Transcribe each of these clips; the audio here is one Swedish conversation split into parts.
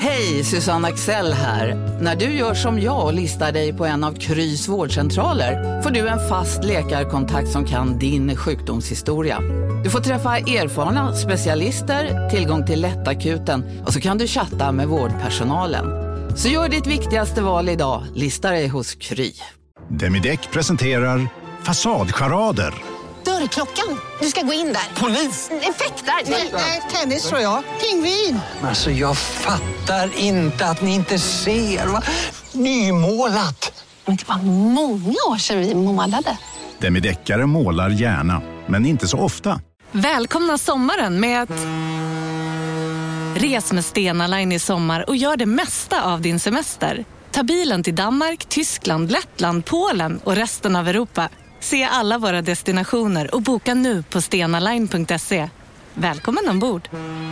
Hej, Susanne Axel här. När du gör som jag och listar dig på en av Krys vårdcentraler får du en fast läkarkontakt som kan din sjukdomshistoria. Du får träffa erfarna specialister, tillgång till lättakuten och så kan du chatta med vårdpersonalen. Så gör ditt viktigaste val idag, listar dig hos Kry. Demideck presenterar Fasadcharader. Dörrklockan. Du ska gå in där. Polis? Effektar? Nej, tennis tror jag. Pingvin. Alltså jag fattar inte att ni inte ser. Va? Nymålat. Men det var många år sedan vi målade. Demideckare målar gärna, men inte så ofta. Välkomna sommaren med att... Res med Stena Line i sommar och gör det mesta av din semester. Ta bilen till Danmark, Tyskland, Lettland, Polen och resten av Europa. Se alla våra destinationer och boka nu på stenaline.se. Välkommen ombord!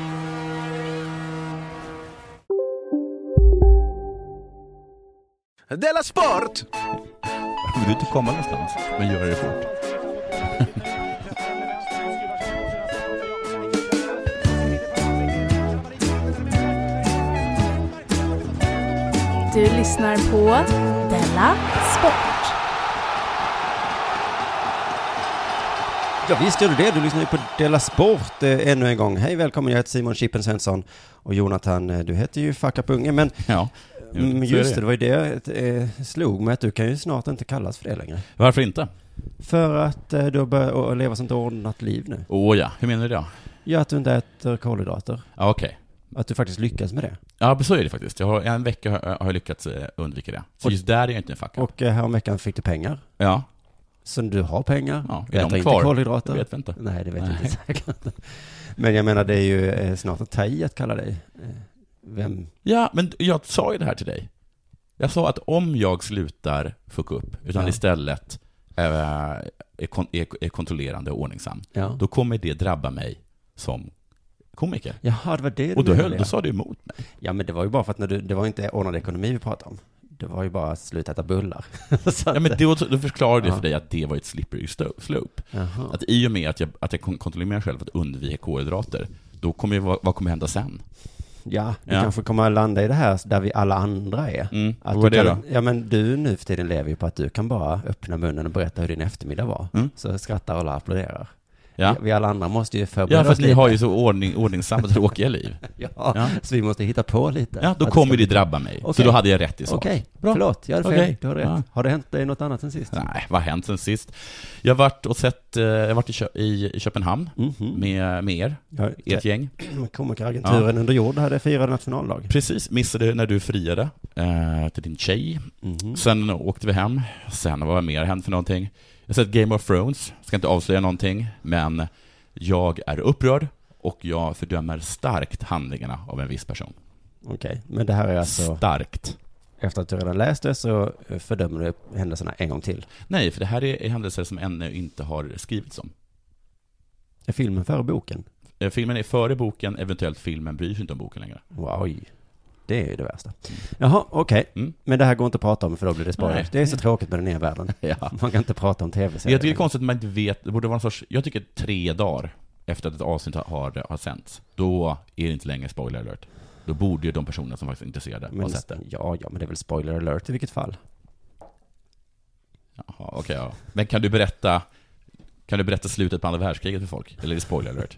Della Sport! Vill du inte komma någonstans? Men gör det fort. Du lyssnar på Della Sport. Ja visst gör du det, du lyssnar ju på Della Sport ännu en gång. Hej, välkommen, jag heter Simon Chippen Svensson och Jonathan, du heter ju Fuck Up Unge, men ja, just det var ju det slog mig att du kan ju snart inte kallas för det längre. Varför inte? För att du har börjat leva sånt ordnat liv nu. Ja, hur menar du det? Ja, att du inte äter kolhydrater. Ja, okej. Att du faktiskt lyckas med det. Ja, så är det faktiskt. En vecka har jag lyckats undvika det. Så just där är jag inte en fuck up. Och häromveckan fick du pengar. Ja. Så du har pengar. Ja, är de kvar? Inte kolhydrater. Det vet vi inte. Nej, det vet jag inte säkert. Men jag menar, det är ju snart att ta i att kalla dig. Vem? Ja, men jag sa ju det här till dig. Jag sa att om jag slutar fucka upp, utan istället är kontrollerande och ordningsam, då kommer det drabba mig som komiker. Jaha, det var det. Och då sa du emot mig. Ja, men det var ju bara för att det var inte ordnad ekonomi vi pratade om. Det var ju bara att sluta äta bullar. Ja, men då förklarade det för dig att det var ett slippery slope. Jaha. Att i och med att jag kontrollerar mig själv att undvika kolhydrater, då vad kommer hända sen? Ja, du kanske kommer att landa i det här där vi alla andra är. Att vad är det då? Ja, men du nu för tiden lever ju på att du kan bara öppna munnen och berätta hur din eftermiddag var. Så skrattar alla och applåderar. Ja. Vi alla andra måste ju förbereda oss. Ja, för att ni har ju så ordningsamma tråkiga liv. Så vi måste hitta på lite. Ja, då kommer det drabba mig. Okay. Så då hade jag rätt i sak. Okej, förlåt, jag hade fel. Du har rätt. Ja. Har det hänt dig något annat sen sist? Nej, vad har hänt sen sist? Jag har varit i Köpenhamn med er, ert gäng. Komikeragenturen under jord hade firade nationaldag. Precis, missade när du friade till din tjej. Sen åkte vi hem. Sen var mer hänt för någonting. Jag har sett Game of Thrones, ska inte avslöja någonting, men jag är upprörd och jag fördömer starkt handlingarna av en viss person. Okej, men det här är alltså... Starkt. Efter att du redan läst det så fördömer du händelserna en gång till? Nej, för det här är händelser som ännu inte har skrivits om. Är filmen före boken? Filmen är före boken, eventuellt filmen bryr sig inte om boken längre. Wow. Det är ju det värsta. Jaha, okej. Men det här går inte att prata om för då blir det spoiler. Det är så tråkigt med den nya världen. Man kan inte prata om tv-serier. Jag tycker det är konstigt att man inte vet. Det borde vara en sorts, jag tycker 3 dagar efter att ett avsnitt har sänts, då är det inte längre spoiler alert. Då borde ju de personer som faktiskt är intresserade ha sett det. Ja, men det är väl spoiler alert i vilket fall. Jaha, okej. Ja. Men kan du berätta slutet på andra världskriget för folk? Eller är det spoiler alert?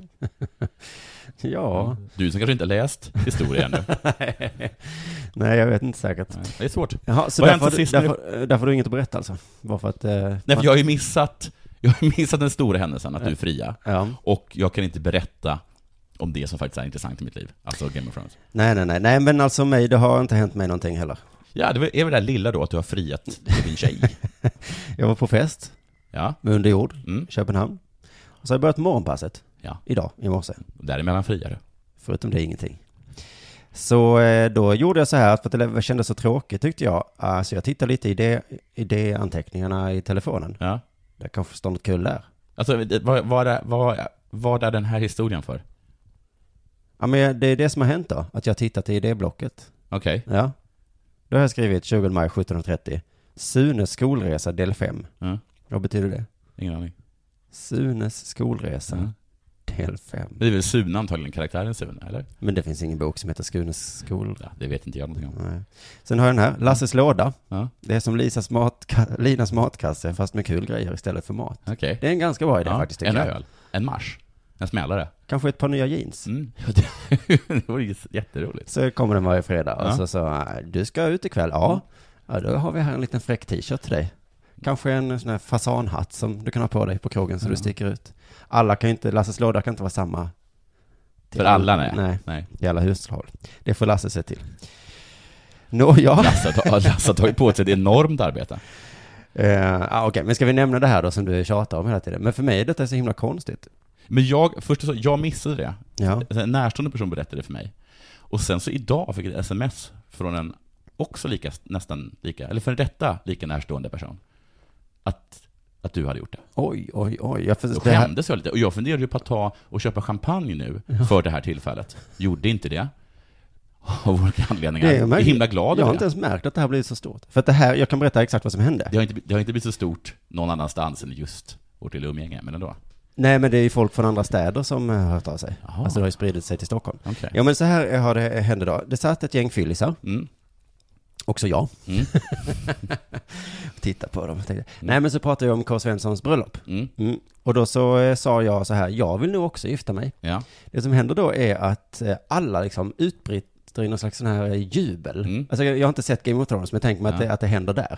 Ja. Du som kanske inte har läst historien ännu. Nej, jag vet inte säkert. Nej, det är svårt. Jaha, så därför har du inget att berätta alltså? Bara för att, nej, för jag har ju missat den stora händelsen att du är fria. Ja. Och jag kan inte berätta om det som faktiskt är intressant i mitt liv. Alltså Game of Thrones. Nej, men alltså det har inte hänt mig någonting heller. Ja, det är väl det där lilla då att du har friat till din tjej. Jag var på fest. Ja. Med under jord, Köpenhamn. Och så har jag börjat morgonpasset. Ja. Idag, i morse. Däremellan friare. Förutom det ingenting. Så då gjorde jag så här, för att det kändes så tråkigt tyckte jag. Så jag tittade lite i det anteckningarna i telefonen. Ja. Det kanske står något kul där. Alltså, vad är den här historien för? Ja, men det är det som har hänt då. Att jag har tittat i det blocket. Okej. Ja. Då har jag skrivit 20 maj 1730. Sunes skolresa del 5. Vad betyder det? Ingen aning. Sunes skolresa Del 5. Det är väl Sune antagligen, karaktären Sune, eller? Men det finns ingen bok som heter Skunes skol. Ja, det vet inte jag någonting om. Nej. Sen har jag den här, Lasses låda. Ja. Det är som Linas matkasse fast med kul grejer istället för mat. Okay. Det är en ganska bra idé faktiskt. En öl, en marsch, en smällare. Kanske ett par nya jeans. Det var ju jätteroligt. Så kommer den varje fredag och så du ska ut ikväll. Ja, då har vi här en liten fräck t-shirt till dig. Kanske en sån här fasanhatt som du kan ha på dig på krogen så du sticker ut. Alla kan inte, Lasses låda kan inte vara samma. För alla, nej. I alla hushåll. Det får Lasse se till. Ja. Lasse har tagit på sig ett enormt arbete. Okej, men ska vi nämna det här då som du tjatar om hela tiden? Men för mig är detta så himla konstigt. Men jag missade det. Ja. En närstående person berättade för mig. Och sen så idag fick jag ett sms från en också nästan lika, eller för detta lika närstående person. Att du hade gjort det. Oj. Jag skämdes lite. Och jag funderade ju på att ta och köpa champagne nu för det här tillfället. Gjorde inte det. Av olika anledningar. Jag är himla glad. Jag har inte ens märkt att det här blivit så stort. För att det här, jag kan berätta exakt vad som hände. Det har inte blivit så stort någon annanstans än just vårt lilla umgänge, men ändå. Nej, men det är ju folk från andra städer som har hört av sig. Aha. Alltså det har ju spridit sig till Stockholm. Okay. Ja, men så här har det hände då. Det satt ett gäng fyllisar. Också jag. Titta på dem. Nej, men så pratade jag om K. Svenssons bröllop. Och då så sa jag så här, jag vill nog också gifta mig. Ja. Det som händer då är att alla liksom utbryter i någon slags sån här jubel. Alltså jag har inte sett Game of Thrones, men jag tänker mig att det händer där.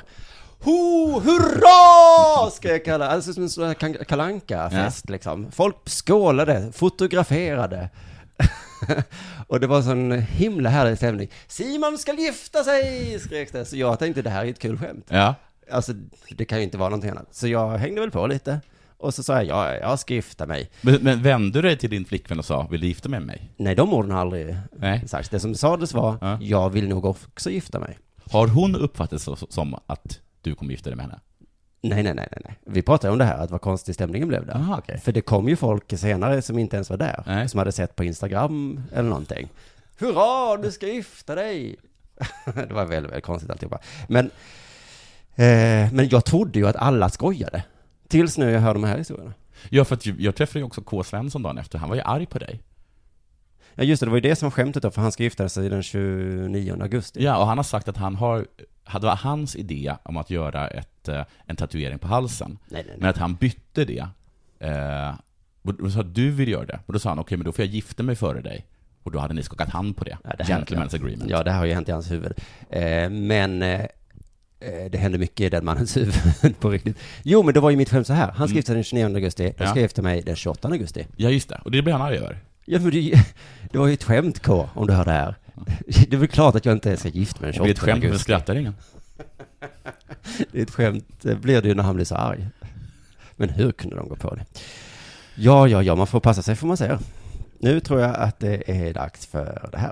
Hurra! Ska jag kalla, alltså som en sån här Kalanka-fest liksom. Folk skålade, fotograferade. Och det var sån himla härlig stämning. Simon ska gifta sig, skrek det. Så jag tänkte, det här är ett kul skämt. Ja. Alltså, det kan ju inte vara någonting annat. Så jag hängde väl på lite. Och så sa jag ska gifta mig. Men vände du dig till din flickvän och sa, vill du gifta med mig? Nej, de orden har aldrig sagt. Det som sades var, jag vill nog också gifta mig. Har hon uppfattat som att du kommer gifta dig med henne? Nej. Vi pratade om det här, att vad konstig stämningen blev där. Aha, okay. För det kom ju folk senare som inte ens var där. Nej. Som hade sett på Instagram eller någonting. Hurra, du ska gifta dig! Det var väldigt, väldigt konstigt alltihopa. Men jag trodde ju att alla skojade. Tills nu jag hör de här historierna. Ja, för att jag träffade ju också K. Svensson dagen efter. Han var ju arg på dig. Ja, just det var ju det som var skämtet då, för han ska gifta sig den 29 augusti. Ja, och han har sagt att det var hans idé om att göra en tatuering på halsen. Nej. Men att han bytte det. Och då sa att du vill göra det. Och då sa han, okej, men då får jag gifta mig före dig. Och då hade ni skakat hand på det. Ja, Gentleman's agreement. Ja, det har ju hänt i hans huvud. Men det hände mycket i den mannens huvud på riktigt. Jo, men det var ju mitt skämt så här. Han ska gifta sig den 29 augusti. Jag ska gifta mig den 28 augusti. Ja, just det. Och det blir han arg över. Ja, men det var ju ett skämt, K, om du hör det här. Det är väl klart att jag inte ska gifta mig den 28 augusti. Det är ett skämt, men skrattar ingen. Det är ett skämt, det blir det ju när han blir så arg. Men hur kunde de gå på det? Ja, man får passa sig för man säger. Nu tror jag att det är dags för det här.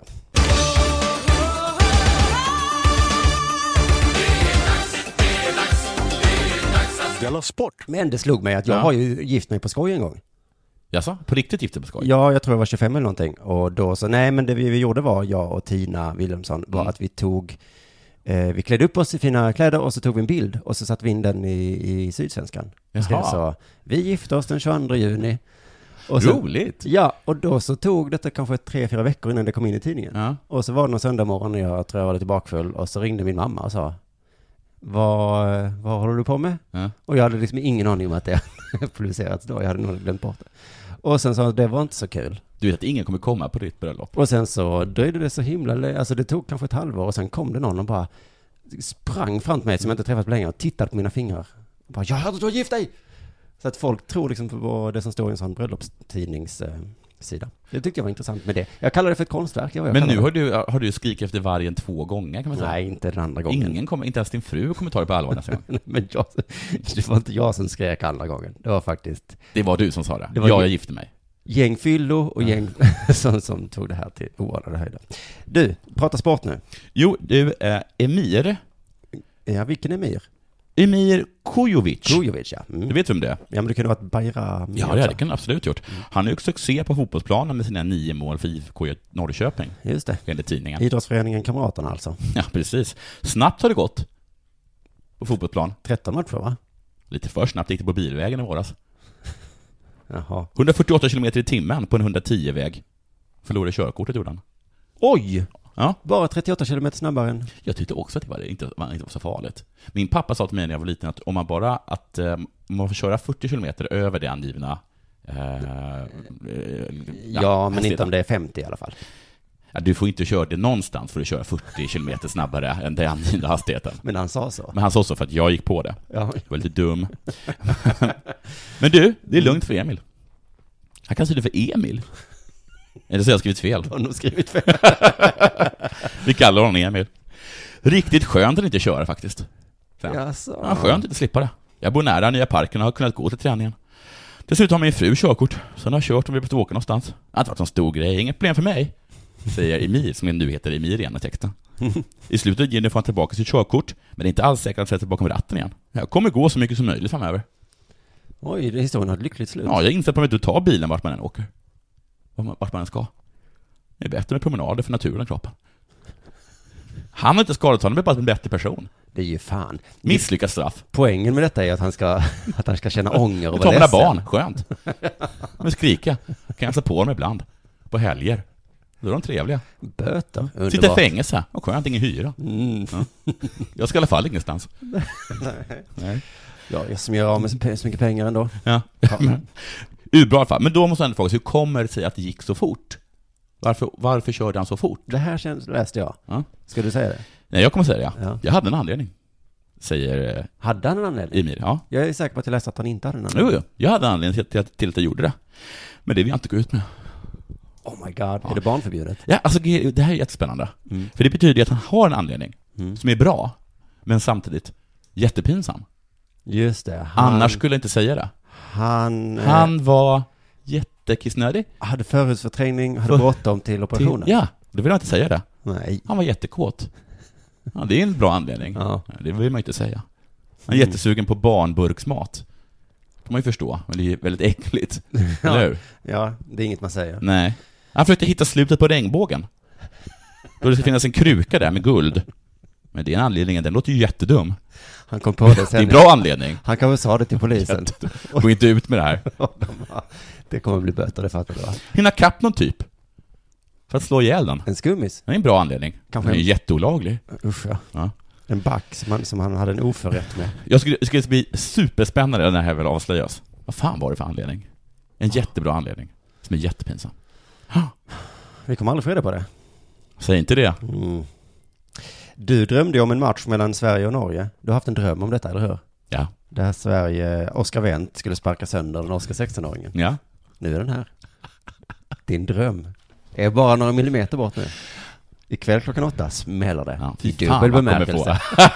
Della Sport. Men det slog mig att jag har ju gift mig på skoj en gång. Jaså? På riktigt gift dig på skoj? Ja, jag tror jag var 25 eller någonting. Och då så, nej men det vi gjorde var, jag och Tina Wilhelmsson, var att vi klädde upp oss i fina kläder och så tog vi en bild och så satte vi in den i Sydsvenskan. Så vi gifte oss den 22 juni. Och så, roligt! Ja, och då så tog detta kanske 3-4 veckor innan det kom in i tidningen. Ja. Och så var det någon söndag morgon när jag tror jag var lite bakfull och så ringde min mamma och sa, vad håller du på med? Ja. Och jag hade liksom ingen aning om att det publicerats då. Jag hade nog glömt bort det. Och sen sa det var inte så kul. Du vet att ingen kommer komma på ditt bröllop. Och sen så dröjde det så himla, alltså det tog kanske ett halvår och sen kom det någon och bara sprang fram till mig som jag inte träffat på länge och tittade på mina fingrar. Och bara, jag hörde att du har gift dig! Så att folk tror liksom på det som står i en sån bröllopstidningssida. Det tyckte jag var intressant med det. Jag kallar det för ett konstverk. Men nu har du skrikit efter vargen 2 gånger kan man säga. Nej, inte den andra gången. Inte ens din fru kommer ta det på allvar nästa gång. Men det var inte jag som skrek andra gången. Det var faktiskt... Det var du som sa det. Jag gifte mig. Gäng fyllo och gäng som tog det här till oanade höjder. Du, prata sport nu. Jo, du, Emir. Ja, vilken Emir? Emir Kujovic, ja. Du vet vem det är? Ja, men det kunde ha varit Bayram. Ja, det kan absolut gjort. Han är ju succé på fotbollsplanen med sina 9 mål för IFK Norrköping. Just det. Enligt tidningen. Idrottsföreningen Kamraterna alltså. Ja, precis. Snabbt har det gått på fotbollsplan. 13 matcher, va? Lite för snabbt gick det på bilvägen i våras. Jaha. 148 km i timmen på en 110-väg. Förlorade körkortet gjorde han. Oj! Ja. Bara 38 km snabbare än... Jag tyckte också att det inte var så farligt. Min pappa sa till mig när jag var liten att om man bara man får köra 40 km över det angivna men inte om det är 50 i alla fall. Ja, du får inte köra det någonstans för att köra 40 km snabbare än den angivna hastigheten. Men han sa så. Men han sa så för att jag gick på det. Ja. Jag var lite dum. Men du, det är lugnt för Emil. Han kan säga det för Emil. Eller så har jag skrivit fel. Du har nog skrivit fel. Vi kallar honom Emil. Riktigt skönt att inte köra faktiskt. Ja, skönt att inte slippa det. Jag bor nära nya parken och har kunnat gå till träningen. Dessutom har min fru körkort. Så han har kört och vi har behövt åka någonstans. Det har inte varit en stor grej. Inget problem för mig. Säger Emil, som nu heter Emil i ena texten. I slutet av får han tillbaka sitt körkort. Men det är inte alls säkert att sätta bakom ratten igen. Jag kommer gå så mycket som möjligt framöver. Oj, det historien har ett lyckligt slut. Ja, jag inser på mig att du tar bilen vart man än åker. Vart man än ska. Det är bättre med promenader för naturen och kroppen. Han har inte skadat honom, han är bara en bättre person. Det är ju fan. Misslyckat straff. Poängen med detta är att han ska känna ånger och vara ledsen. Barn, skönt. Men skrika. Kan jag sätta på dem ibland. På helger. Då är de trevliga. Böter. Underbart. Sitta i fängelse. Och skönt, ingen hyra. Ja. Jag ska i alla fall ingenstans. Nej. Ja, jag som gör av med så mycket pengar ändå. Ja. Bra fall. Men då måste jag ändå fråga sig, hur kommer det sig att det gick så fort? Varför körde han så fort? Det här läste jag. Ja. Ska du säga det? Nej, jag kommer säga det. Ja. Jag hade en anledning. Säger hade han en anledning? Emil, ja. Jag är säker på att jag läste att han inte hade en anledning. Jo, jag hade en anledning till att jag gjorde det. Men det vill jag inte gå ut med. Oh my god, är det barnförbjudet? Ja, alltså det här är jättespännande. För det betyder att han har en anledning som är bra, men samtidigt jättepinsam. Just det. Annars skulle jag inte säga det. Han var jättekissnödig. Hade förhusförträngning, hade bråttom till operationen. Ja, då vill jag inte säga det. Nej. Han var jättekåt. Ja, det är en bra anledning. Ja. Det vill man inte säga. Han är jättesugen på barnburksmat. Det kan man ju förstå, men det är väldigt äckligt. Eller hur? Ja, det är inget man säger. Nej. Han försökte hitta slutet på regnbågen. Då det ska finnas en kruka där med guld. Men det är en anledning, den låter ju jättedum. Han kom på det sen. Det är en bra anledning. Han kanske sa det till polisen. Gå inte ut med det här. Det kommer bli böter, det fattar du. Hinna kapp någon typ. För att slå ihjäl den. En skummis. Det är en bra anledning. Kanske den är jätteolaglig. Usch, ja. En back som han hade en oförrätt med. Jag skulle bli superspännande när det här väl avslöjas. Vad fan var det för anledning? En jättebra anledning. Som är jättepinsam. Vi kommer aldrig få reda på det. Säg inte det. Du drömde ju om en match mellan Sverige och Norge. Du har haft en dröm om detta, eller hur? Ja. Där Sverige, Oscar Wendt skulle sparka sönder den norska 16-åringen. Ja. Nu är den här. Din dröm är bara några millimeter bort nu. Ikväll 8:00 smäller det. Ja, i dubbel bemärkelse.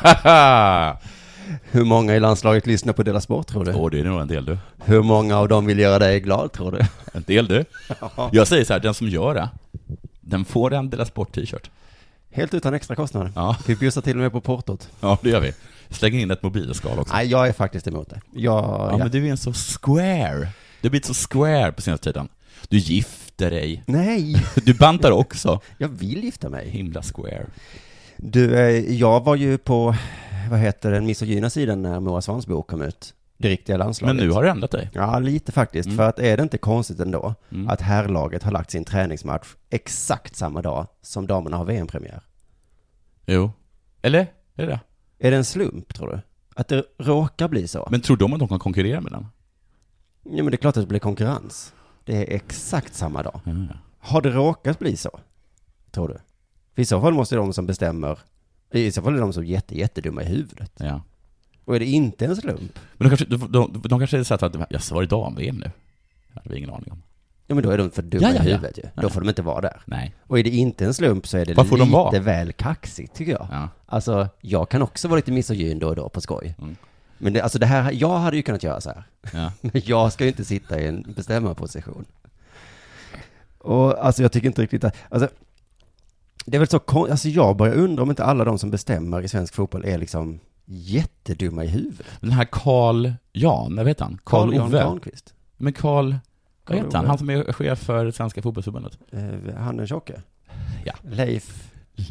Hur många i landslaget lyssnar på Dela Sport, tror du? Det är nog en del, du. Hur många av dem vill göra dig glad, tror du? En del, du. Ja. Jag säger så här, den som gör det, den får en Dela Sport-t-shirt. Helt utan extra kostnader. Ja. Vi bjussar till och med på portot. Ja, det gör vi. Slänger in ett mobilskal också. Nej, jag är faktiskt emot det. Men du är en så square. Du har blivit så square på senaste tiden. Du gifter dig. Nej. Du bantar också. Jag vill gifta mig. Himla square. Du, jag var ju på, den misogyna sidan när Moa Svans bok kom ut. Det riktiga landslaget. Men nu har du ändrat dig. Ja, lite faktiskt. För att är det inte konstigt ändå att herrlaget har lagt sin träningsmatch exakt samma dag som damerna har VM-premiär? Jo. Eller? Är det? Är det en slump, tror du? Att det råkar bli så? Men tror de att de kan konkurrera med den? Ja, men det är klart att det blir konkurrens. Det är exakt samma dag. Mm. Har det råkat bli så? Tror du? För i så fall måste de som bestämmer, i så fall är de så jättedumma i huvudet. Ja. Och är det inte en slump? Men de kanske är så att jag var i dam-VM nu. Det hade vi ingen aning om. Ja, men då är de för dumma i huvudet ju. Då får de inte vara där. Nej. Och är det inte en slump så är det lite väl kaxigt, tycker jag. Ja. Alltså, jag kan också vara lite misogyn då och då på skoj. Men det här, jag hade ju kunnat göra så här. Ja. Men jag ska ju inte sitta i en bestämmarposition. Och alltså jag tycker inte riktigt att, alltså det är väl så, alltså jag börjar undra om inte alla de som bestämmer i svensk fotboll är liksom jättedumma i huvudet. Den här Carl Jan, vad heter han? Carl Granqvist. Men vad heter han? Han som är chef för Svenska fotbollsförbundet. Han den tjocke. Ja. Leif.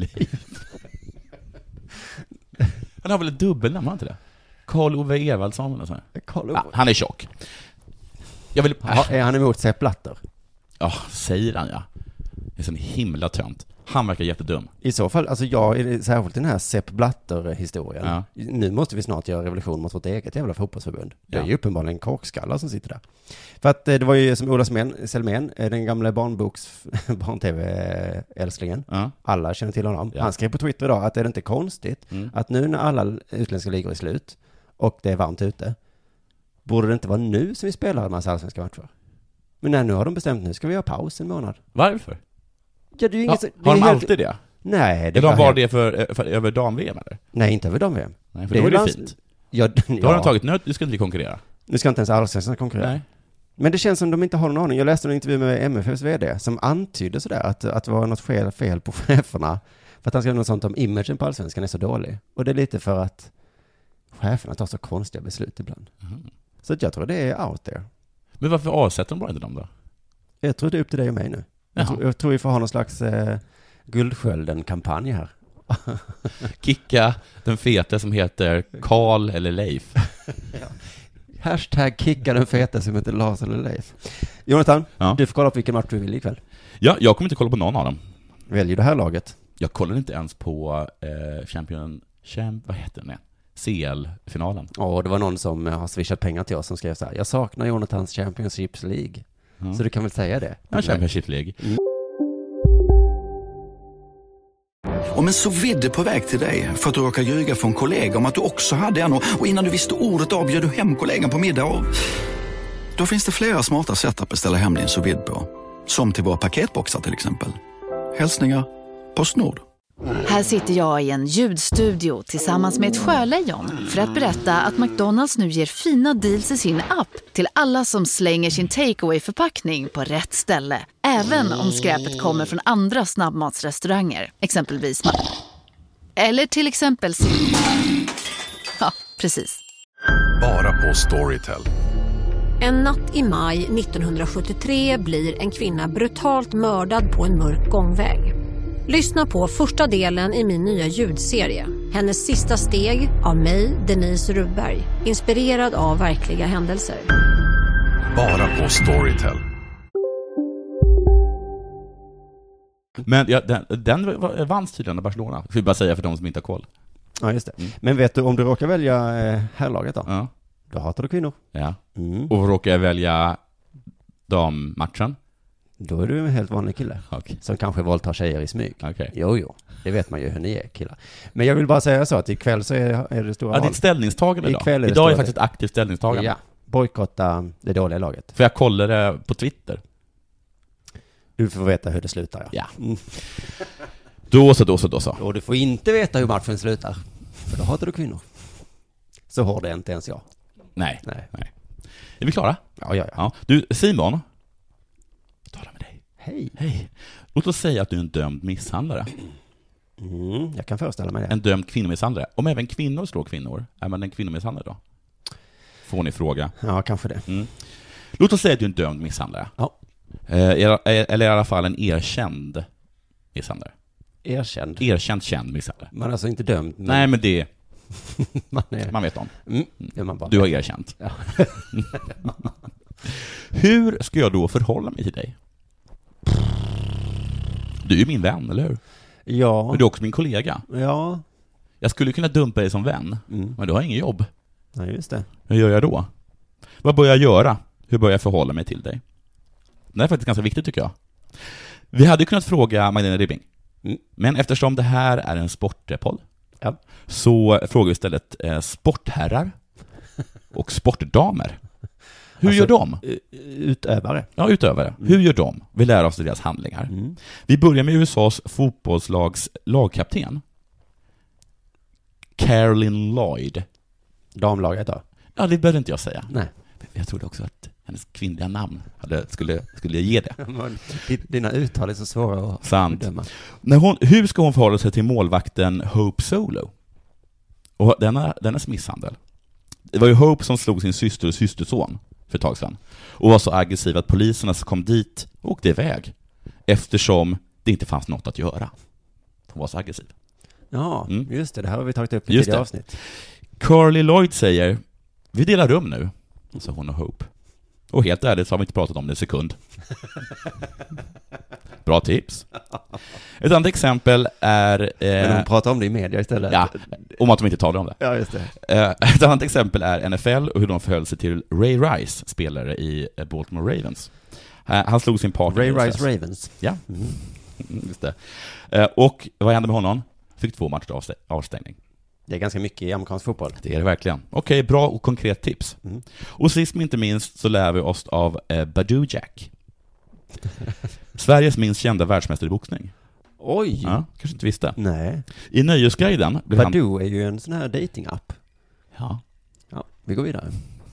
Han har väl ett dubbelnamn, har han inte det? Carl Ove Evaldsson eller så. Carl Ove. Han är tjock. Är han emot Sepp Blatter? Ja, säger han ja. Det är sån himla tönt. Han verkar jättedum. I så fall, alltså särskilt den här Sepp Blatter-historien. Ja. Nu måste vi snart göra revolution mot vårt eget jävla fotbollsförbund. Det är ju uppenbarligen korkskallar som sitter där. För att det var ju som Ola Selmén, den gamla barn-tv-älsklingen. Ja. Alla känner till honom. Ja. Han skrev på Twitter idag att det är inte konstigt att nu när alla utländska ligor är slut och det är varmt ute, borde det inte vara nu som vi spelar en massa allsvenska matcher? Men nu har de bestämt, nu ska vi ha paus en månad. Varför? Ja, det är ju inget, har de alltid det? Nej. Det var bara det för över dam-VM eller? Nej, inte över dam-VM. Nej, för då är det fint. Ja. Då har de tagit nöt, du ska inte konkurrera. Nu ska inte ens allsvenskan konkurrera. Nej. Men det känns som de inte har någon aning. Jag läste en intervju med MFFs vd som antydde sådär att det var något fel på cheferna. För att han skrev något sånt om imagen på allsvenskan är så dålig. Och det är lite för att cheferna tar så konstiga beslut ibland. Så att jag tror det är out there. Men varför avsätter de bara inte dem då? Jag tror det är upp till dig och mig nu. Jag tror vi får ha någon slags Guldskölden-kampanj här. Kicka den fete som heter Karl eller Leif. Ja. Hashtag kicka den fete som heter Lars eller Leif. Jonathan, du får kolla på vilken match du vill ikväll. Ja, jag kommer inte kolla på någon av dem. Väljer du det här laget? Jag kollar inte ens på vad heter den? CL-finalen. Det var någon som har swishat pengar till oss som skrev så här: jag saknar Jonathans Championships League. Så du kan väl säga det? Ja, Championship League. Om en sous-vide på väg till dig för att du råkar ljuga för en kollega om att du också hade en och innan du visste ordet av bjöd du hem kollegan på middag och... Då finns det flera smarta sätt att beställa hem din sous-vide på. Som till våra paketboxar till exempel. Hälsningar PostNord. Här sitter jag i en ljudstudio tillsammans med ett sjölejon för att berätta att McDonald's nu ger fina deals i sin app till alla som slänger sin takeaway-förpackning på rätt ställe. Även om skräpet kommer från andra snabbmatsrestauranger, exempelvis eller till exempel ja, precis. Bara på Storytel. En natt i maj 1973 blir en kvinna brutalt mördad på en mörk gångväg. Lyssna på första delen i min nya ljudserie. Hennes sista steg av mig, Denise Rubberg. Inspirerad av verkliga händelser. Bara på Storytel. Men den vanns tydligen av Barcelona. Ska vi bara säga för de som inte har koll. Ja, just det. Men vet du, om du råkar välja herrlaget då? Då hatar du kvinnor. Ja. Och råkar jag välja dammatchen? Då är du en helt vanlig kille. Okay. Som kanske våldtar tjejer i smyg. Okay. Jo. Det vet man ju hur ni är, killar. Men jag vill bara säga så att ikväll så är det stora val. Det är ett ställningstagande idag. Idag är det faktiskt ett aktivt ställningstagande. Ja. Bojkotta det dåliga laget. För jag kollar det på Twitter. Du får veta hur det slutar, ja. Då så. Och du får inte veta hur matchen slutar. För då hatar du kvinnor. Så hård är inte ens jag. Nej. Är vi klara? Ja. Du, Simon. Tala med dig. Hej. Låt oss säga att du är en dömd misshandlare. Jag kan föreställa mig det. En dömd kvinnomisshandlare. Om även kvinnor slår kvinnor, är man en kvinnomisshandlare då? Får ni fråga. Ja, kanske det. Låt oss säga att du är en dömd misshandlare. Ja. Eller i alla fall en erkänd misshandlare. Erkänd känd misshandlare. Man är alltså inte dömd. Men... Nej, men det man vet om. Det man bara du har erkänt. Ja. Hur ska jag då förhålla mig till dig? Du är ju min vän, eller hur? Ja. Men du är också min kollega. Ja. Jag skulle kunna dumpa dig som vän, men du har ingen jobb. Nej, just det. Hur gör jag då? Vad bör jag göra? Hur bör jag förhålla mig till dig? Det är faktiskt ganska viktigt, tycker jag. Vi hade kunnat fråga Magdalena Ribbing. Men eftersom det här är en sportpodd så frågar vi istället sportherrar och sportdamer. Hur gör de? Utövare. Ja, utövare. Hur gör de? Vi lär oss deras handlingar. Vi börjar med USAs fotbollslags lagkapten. Carolyn Lloyd. Damlaget då? Ja, det behöver inte jag säga. Nej. Jag trodde också att hennes kvinnliga namn skulle ge det. Dina uttal är så svåra att bedöma. Hur ska hon förhålla sig till målvakten Hope Solo? Och dennas misshandel. Det var ju Hope som slog sin syster och systerson för ett tag sedan. Och var så aggressiv att poliserna som kom dit och åkte iväg. Eftersom det inte fanns något att göra. Hon var så aggressiv. Ja, just det. Det här har vi tagit upp i tidigare avsnitt. Carly Lloyd säger: vi delar rum nu, sa hon och Hope. Och helt ärligt så har vi inte pratat om det en sekund. Bra tips. Ett annat exempel är... Men de pratar om det i media istället. Ja, om att de inte talar om det. Ja, just det. Ett annat exempel är NFL och hur de förhöll sig till Ray Rice, spelare i Baltimore Ravens. Han slog sin partner. Ray Rice Ravens. Ja, just det. Och vad hände med honom? Fick 2 matcher avstängning. Det är ganska mycket i amerikansk fotboll. Det är det verkligen. Okej, bra och konkret tips. Och sist men inte minst så lär vi oss av Badou Jack. Sveriges minst kända världsmästare i boxning. Oj! Ja, kanske inte visste. Nej. I Nöjesguiden... Badou är ju en sån här dating-app. Ja. Ja, vi går vidare.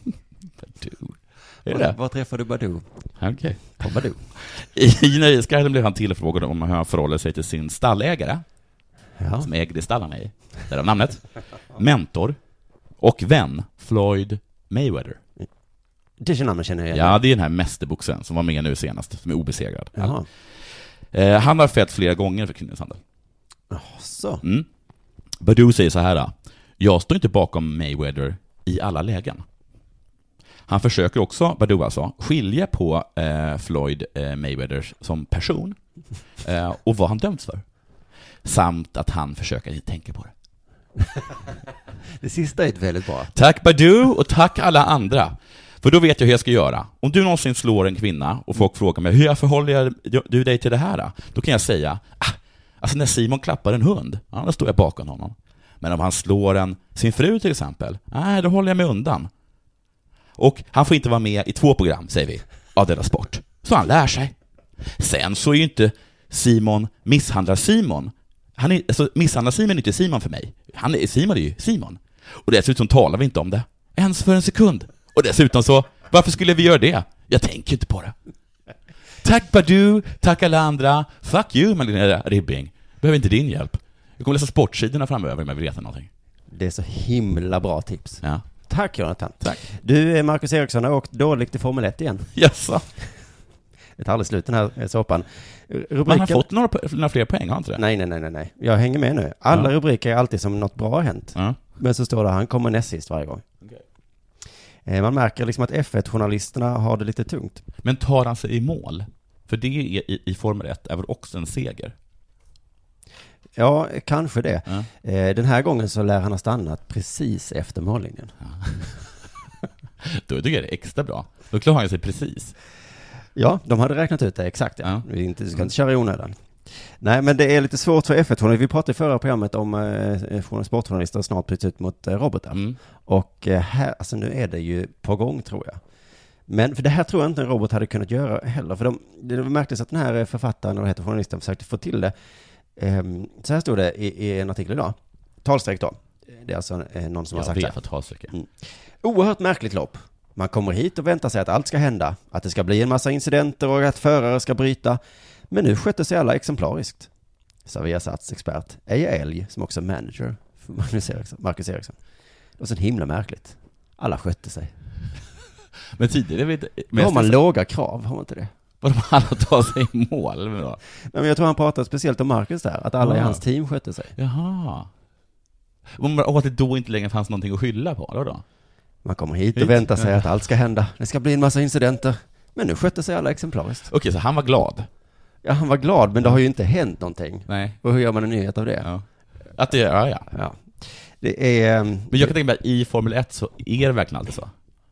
Badou. Var träffar du Badou? Okej. På Badou. I Nöjesguiden blev han tillfrågad om hur han förhåller sig till sin stallägare. Ja. Som ägde stallarna i. Därav namnet. Mentor. Och vän. Floyd Mayweather. Det namnet känner jag. Ja, det är den här mästerboxen som var med nu senast. Som är obesegrad. Jaha. Han har fällt flera gånger för kvinnomisshandel. Så. Badou säger så här. Jag står inte bakom Mayweather i alla lägen. Han försöker också, Badou alltså, skilja på Floyd Mayweather som person och vad han dömts för. Samt att han försöker tänka på det. Det sista är väldigt bra. Tack Badou och tack alla andra. För då vet jag hur jag ska göra. Om du någonsin slår en kvinna och folk frågar mig hur jag förhåller du dig till det här? Då kan jag säga, alltså när Simon klappar en hund, då står jag bakom honom. Men om han slår sin fru till exempel, då håller jag mig undan. Och han får inte vara med i 2 program, säger vi, av Della Sport. Så han lär sig. Sen så är ju inte Simon misshandlar Simon. Misshandlar Simon är inte Simon för mig. Simon är ju Simon. Och dessutom talar vi inte om det ens för en sekund. Och dessutom så, varför skulle vi göra det? Jag tänker inte på det. Tack Badou, tack alla andra. Fuck you, Malina Ribbing. Behöver inte din hjälp. Jag kommer läsa sportsidorna framöver om jag vill veta någonting. Det är så himla bra tips. Ja. Tack Jonathan. Tack. Du, Marcus Eriksson har åkt dåligt i Formel 1 igen. Jaså. Det tar aldrig slut den här såpan. Man har fått några fler poäng, har inte det? Nej. Jag hänger med nu. Alla rubriker är alltid som något bra har hänt. Ja. Men så står det, han kommer näst sist varje gång. Okay. Man märker liksom att F1-journalisterna har det lite tungt. Men tar han sig i mål? För det är i Formel 1 är väl också en seger? Ja, kanske det. Ja. Den här gången så lär han ha stannat precis efter mållinjen. Ja. Då tycker jag det är extra bra. Då klarar han sig precis. Ja, de hade räknat ut det exakt. Ja. Du ska inte köra i onödan. Nej, men det är lite svårt för F1. Vi pratade i förra programmet om sportjournalister snart byts ut mot robotar. Och här, alltså nu är det ju på gång, tror jag. Men för det här tror jag inte en robot hade kunnat göra heller. För det märktes att den här författaren och journalisten försökte få till det. Så här stod det i en artikel idag. Talsträck då. Det är alltså någon som har sagt det. Talsträck. Oerhört märkligt lopp. Man kommer hit och väntar sig att allt ska hända. Att det ska bli en massa incidenter och att förare ska bryta. Men nu skötte sig alla exemplariskt. Så vi har satt expert Eja Elg, som också är manager för Marcus Eriksson. Det var så himla märkligt. Alla skötte sig. Men tidigare har man låga krav, har man inte det? Vadå, alla tar sig i mål? Nej, men jag tror han pratade speciellt om Marcus där. Att alla i hans team skötte sig. Jaha. Och att det då inte längre fanns någonting att skylla på då? Man kommer hit och väntar sig att allt ska hända. Det ska bli en massa incidenter. Men nu skötte sig alla exemplariskt. Okej, så han var glad? Ja, han var glad, men det har ju inte hänt någonting. Nej. Och hur gör man en nyhet av det? Ja. Att det ja. Det är... Men jag kan tänka mig att i Formel 1 så är det verkligen alltid så.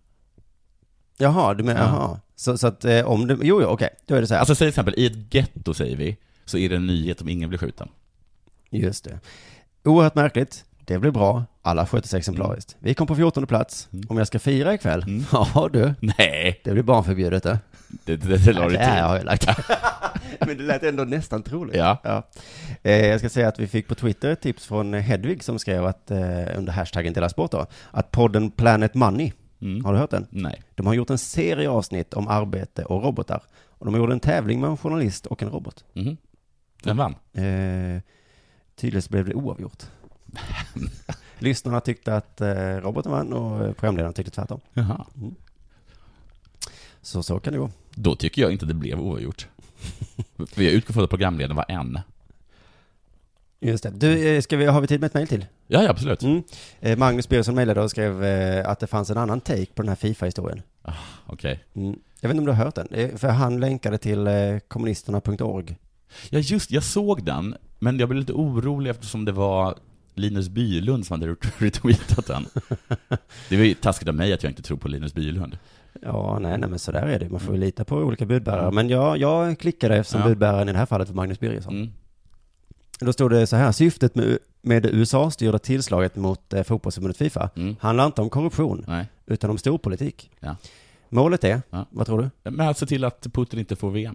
Jaha, du menar, jaha. Så att om det... Jo, okej. Då är det så här. Alltså till exempel, i ett getto säger vi, så är det en nyhet om ingen blir skjuten. Just det. Oerhört märkligt. Det blir bra. Alla sköter sig exemplariskt. Vi kom på 14:e plats. Om jag ska fira ikväll. Ja, du. Nej. Det blir barnförbjudet, det. Det la du till. Det har jag lagt. Men det lät ändå nästan troligt. Ja. Jag ska säga att vi fick på Twitter ett tips från Hedvig som skrev att under hashtaggen Della Sport då, att podden Planet Money, har du hört den? Nej. De har gjort en serie avsnitt om arbete och robotar. Och de gjorde en tävling med en journalist och en robot. Vem vann? Tydligen blev det oavgjort. Lyssnarna tyckte att roboten vann och programledaren tyckte tvärtom. Jaha. Så kan det gå. Då tycker jag inte det blev oavgjort. För jag utgår från att programledaren var en. Just det. Du, har vi tid med ett mejl till? Ja, absolut. Magnus Björnsson mejlade och skrev att det fanns en annan take på den här FIFA-historien. Okej. Jag vet inte om du har hört den. För han länkade till kommunisterna.org. Ja, just, jag såg den, men jag blev lite orolig eftersom det var Linus Bylund som hade retweetat den. Det var ju taskigt av mig att jag inte tror på Linus Bylund. Ja, nej, men så där är det. Man får ju lita på olika budbärare. Men jag klickade eftersom budbäraren i det här fallet var Magnus Birgersson. Då stod det så här: syftet med det USA-styrda tillslaget mot fotbollsförbundet FIFA handlar inte om korruption, utan om storpolitik. Ja. Målet är, vad tror du? Men alltså till att Putin inte får VM.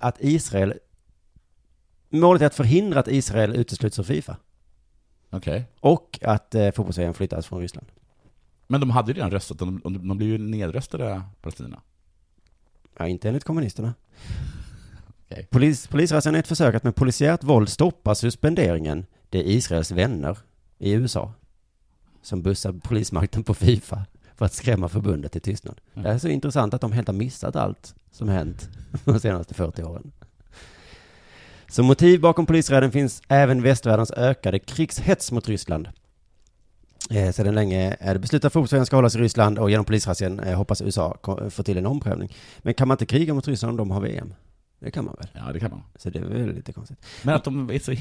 Målet är att förhindra att Israel utesluts ur FIFA. Okej. Och att fotbolls-VM flyttas från Ryssland. Men de hade ju redan röstat, de blev ju nedröstade Palestina. Ja, inte enligt kommunisterna. Okay. Polisrörelsen är ett försök att med polisiärt våld stoppa suspenderingen. Det är Israels vänner i USA som bussar polismakten på FIFA för att skrämma förbundet till tystnad. Det är så intressant att de helt har missat allt som hänt de senaste 40 åren. Som motiv bakom polisräden finns även västvärldens ökade krigshets mot Ryssland. Sedan länge är det beslutat att fotbolls-VM ska hållas i Ryssland och genom polisrazien hoppas USA få till en omprövning. Men kan man inte kriga mot Ryssland om de har VM? Det kan man väl? Ja, det kan man. Så det är väl lite konstigt. Men att de är så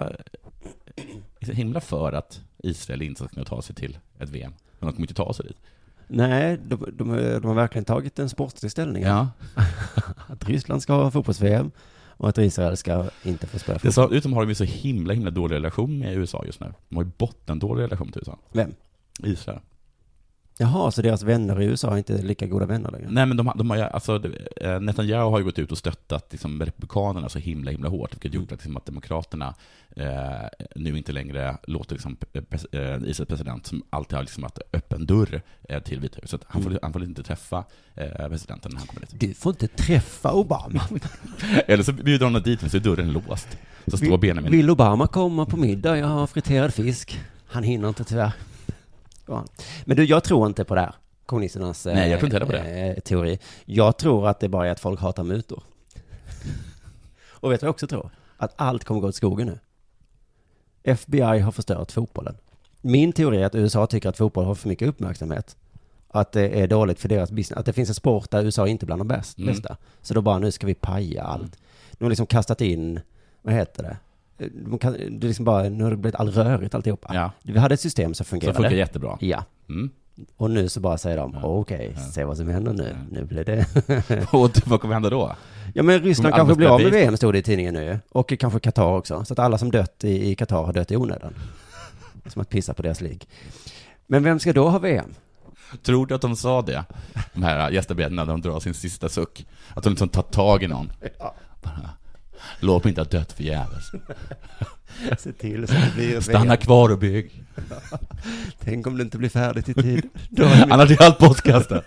himla för att Israel inte ska kunna ta sig till ett VM. Men de kommer inte ta sig dit. Nej, de har verkligen tagit en sportslig ställning. Ja. Att Ryssland ska ha fotbolls-VM och att Israel ska inte få spela fotboll. Utom har de ju så himla dålig relation med USA just nu. De har ju bottendålig relation till USA. Vem? Israel. Jaha, så deras vänner i USA är inte lika goda vänner längre? Nej, men de har ju, alltså, Netanyahu har ju gått ut och stöttat liksom, republikanerna så himla hårt, vilket gjort liksom, att demokraterna nu inte längre låter liksom, Israels president som alltid har liksom, att öppen dörr till Vita huset. Han får inte träffa presidenten när han kommer dit. Du får inte träffa Obama. Eller så bjuder honom dit, men så är dörren låst. Så står Benjamin. Vill Obama komma på middag? Jag har friterad fisk. Han hinner inte tyvärr. Men du, jag tror inte på det här. Kommunisternas Nej, jag tror inte på det. Teori. Jag tror att det bara är att folk hatar mutor. Och vet du vad jag också tror? Att allt kommer gå åt skogen nu. FBI har förstört fotbollen. Min teori är att USA tycker att fotboll har för mycket uppmärksamhet. Att det är dåligt för deras business. Att det finns en sport där USA inte är bland de bästa. Så då bara, nu ska vi paja allt. De har liksom kastat in, vad heter det? Det är liksom bara, nu har det blivit all rörigt alltihopa. Ja. Vi hade ett system som fungerade. Som funkar jättebra. Ja. Och nu så bara säger de, okej, se vad som händer nu. Nu blir det... Och vad kommer hända då? Ja, men Ryssland kanske blir av med VM, stod det i tidningen nu. Och kanske Qatar också. Så att alla som dött i Qatar har dött i onödan. Som att pissa på deras lig. Men vem ska då ha VM? Tror du att de sa det? De här gästabredarna, när de drar sin sista suck. Att de liksom tar tag i någon. Ja. Låt mig inte ha dött för jävels. Se till så det blir stanna kvar och bygg. Tänk om det inte blir färdigt i tid. Annars är allt postkastat.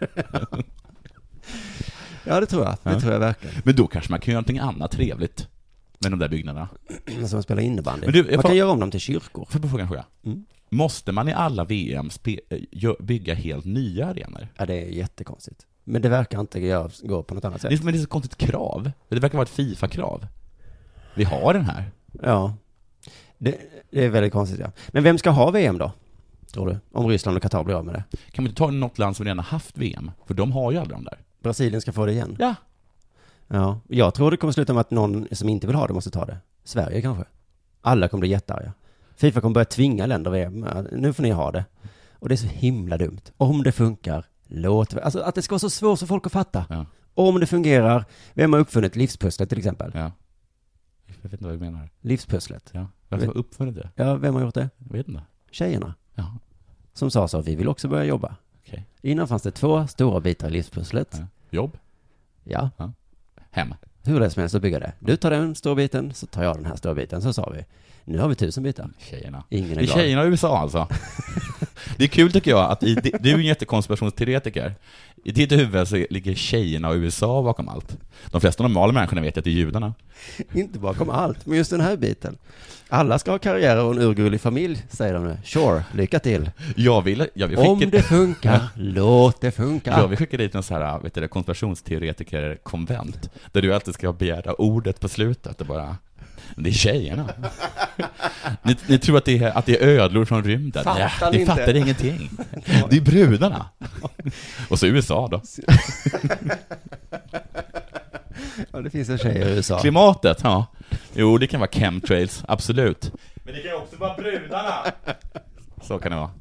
Ja, det tror jag. Det tror jag verkligen. Men då kanske man kan göra någonting annat trevligt med de där byggnaderna. Som att spela innebandy. Man kan göra om dem till kyrkor. Får jag fråga en fråga? Måste man i alla VM bygga helt nya arenor? Ja, det är jättekonstigt. Men det verkar inte gå på något annat sätt. Men det är så konstigt krav. Det verkar vara ett FIFA-krav. Vi har den här. Ja, det är väldigt konstigt, ja. Men vem ska ha VM då, tror du? Om Ryssland och Qatar blir av med det. Kan man inte ta något land som redan har haft VM? För de har ju aldrig de där. Brasilien ska få det igen. Ja. Ja, jag tror det kommer sluta med att någon som inte vill ha det måste ta det. Sverige kanske. Alla kommer bli jättearga. FIFA kommer börja tvinga länder VM. Nu får ni ha det. Och det är så himla dumt. Om det funkar, alltså att det ska vara så svårt för folk att fatta. Ja. Om det fungerar, vem har uppfunnit livspusslet till exempel? Ja. Jag vet inte vad du menar. Livspusslet. Ja. Vem har uppfunnit det? Ja, vem har gjort det? Jag vet inte. Tjejerna. Ja. Som sa så, vi vill också börja jobba. Okay. Innan fanns det 2 stora bitar i livspusslet. Ja. Jobb. Ja. Hem. Hur det som helst att bygga det. Du tar den stora biten, så tar jag den här stora biten. Så sa vi. Nu har vi 1000 bitar. Tjejerna. Ingen är det är tjejerna i USA alltså. Det är kul tycker jag att du är en jättekonspirationsteoretiker. I ditt huvud så ligger tjejerna och USA bakom allt. De flesta normala människorna vet att det är judarna. Inte bakom allt, men just den här biten. Alla ska ha karriär och en urgullig familj, säger de nu. Sure, lycka till. Jag vill om det funkar, låt det funka. Jag vill skicka dit en så här, konspirationsteoretiker-konvent. Där du alltid ska begära ordet på slutet och bara... Det är tjejerna. Ni tror att det är ödlor från rymden. Ni fattar ingenting. Det är brudarna. Och så USA då. Ja, det finns en tjej i USA. Klimatet, ja. Jo, det kan vara chemtrails, absolut. Men det kan också vara brudarna. Så kan det vara.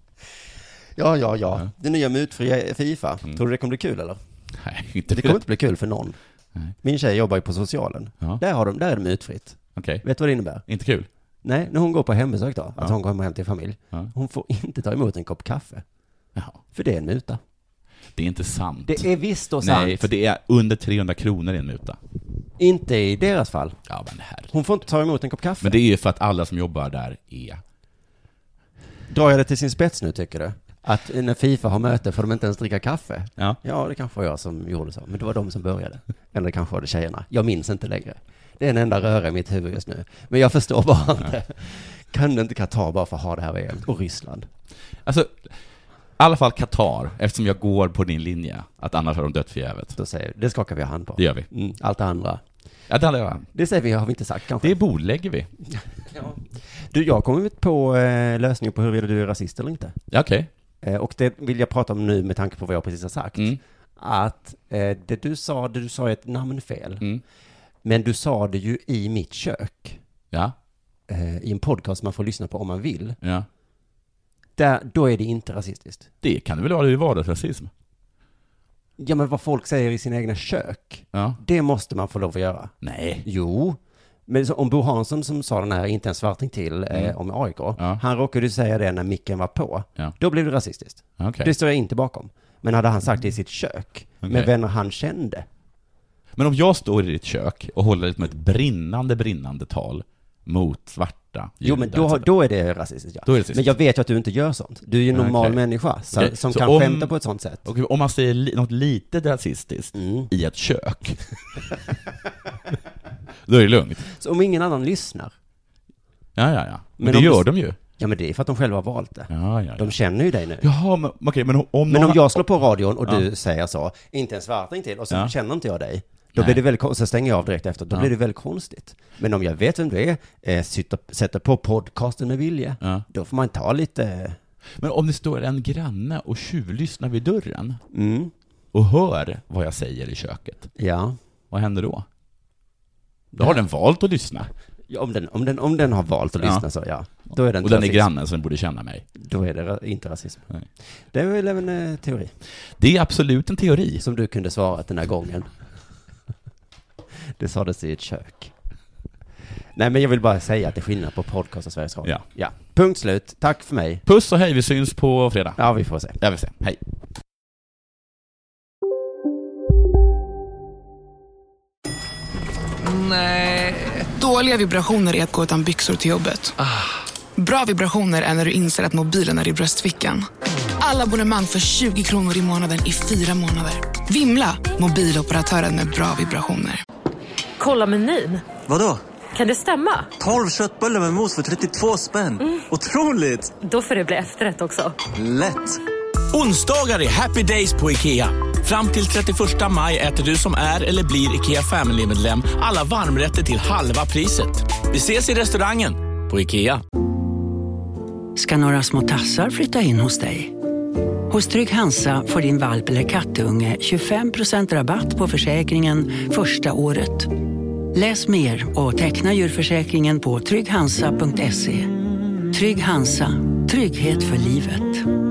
Ja. Det nya mutfria FIFA. Tror du det kommer bli kul eller? Nej, inte det kommer inte bli kul för någon. Nej. Min tjej jobbar ju på socialen. Ja. Där är det mutfritt. Okay. Vet du vad det innebär? Inte kul. Nej, när hon går på hembesök då, alltså hon kommer hem till familj. Ja. Hon får inte ta emot en kopp kaffe. Ja. För det är en muta. Det är inte sant. Det är visst och sant. Nej, för det är under 300 kronor i en muta. Inte i deras fall. Ja, men herre. Hon får inte ta emot en kopp kaffe. Men det är ju för att alla som jobbar där är... Drar jag det till sin spets nu, tycker du? Att när FIFA har möte får de inte ens dricka kaffe? Ja. Ja, det kanske var jag som gjorde så. Men det var de som började. Eller det kanske var det tjejerna. Jag minns inte längre. Det är en enda röra i mitt huvud just nu. Men jag förstår bara inte. Kan du inte Qatar bara för att ha det här VM? Och Ryssland. Alltså, i alla fall Qatar, eftersom jag går på din linje. Att annars har de dött förgävet. Då säger det skakar vi hand på. Det gör vi. Allt det andra. Ja, det andra. Det säger vi, har vi inte sagt kanske. Det bordlägger vi. Ja. Du, jag kommer ut på lösningen på huruvida du är rasist eller inte. Ja, okej. Och det vill jag prata om nu med tanke på vad jag precis har sagt. Att det du sa är ett namnfel. Men du sa det ju i mitt kök. Ja. I en podcast man får lyssna på om man vill. Ja. Då är det inte rasistiskt. Det kan det väl vara, det är vardagsrasism. Ja, men vad folk säger i sina egna kök. Ja. Det måste man få lov att göra. Nej. Jo. Men så, om Bo Hansson som sa den här inte en svarting till om AIK. Ja. Han råkade säga det när micken var på. Ja. Då blev det rasistiskt. Okay. Det står jag inte bakom. Men hade han sagt det i sitt kök med vänner han kände. Men om jag står i ditt kök och håller ett brinnande tal mot svarta judar, jo, men då är det rasistiskt, ja. Men jag vet ju att du inte gör sånt. Du är ju en normal människa som kan skämta på ett sånt sätt. Om man säger något lite rasistiskt i ett kök då är det lugnt. Så om ingen annan lyssnar. Ja. Men det gör de ju. Ja, men det är för att de själva har valt det. Ja. De känner ju dig nu. Jaha, men okej, men om jag slår på radion och du säger så, inte en svarting till, och så känner inte jag dig. Då blir det väldigt, så stänger jag av direkt efter. Då blir det väldigt konstigt. Men om jag vet vem du är, sätter på podcasten med vilja, då får man ta lite... Men om det står en granne och tjuvlyssnar vid dörren och hör vad jag säger i köket, vad händer då? Då har den valt att lyssna. Ja, om den har valt att lyssna så, då är den. Och den är grannen som borde känna mig. Då är det inte rasism. Nej. Det är väl en teori. Det är absolut en teori. Som du kunde svara den här gången. Det sades i ett kök. Nej, men jag vill bara säga att det är skillnad på podcast och Sveriges Radio. Ja. Punkt slut. Tack för mig. Puss och hej, vi syns på fredag. Ja, vi får se. Ja, vi får se. Hej. Nej. Dåliga vibrationer är att gå utan byxor till jobbet. Bra vibrationer är när du inser att mobilen är i bröstfickan. Alla abonnemang för 20 kronor i månaden i 4 månader. Vimla, mobiloperatören med bra vibrationer. Kolla menyn. Vadå? Kan det stämma? 12 köttbullar med mos för 32 spänn. Otroligt! Då får det bli efterrätt också. Lätt! Onsdagar är happy days på IKEA. Fram till 31 maj äter du som är eller blir IKEA Family-medlem alla varmrätter till halva priset. Vi ses i restaurangen på IKEA. Ska några små tassar flytta in hos dig? Hos Trygg Hansa får din valp eller kattunge 25% rabatt på försäkringen första året. Läs mer och teckna djurförsäkringen på trygghansa.se. Trygg Hansa, trygghet för livet.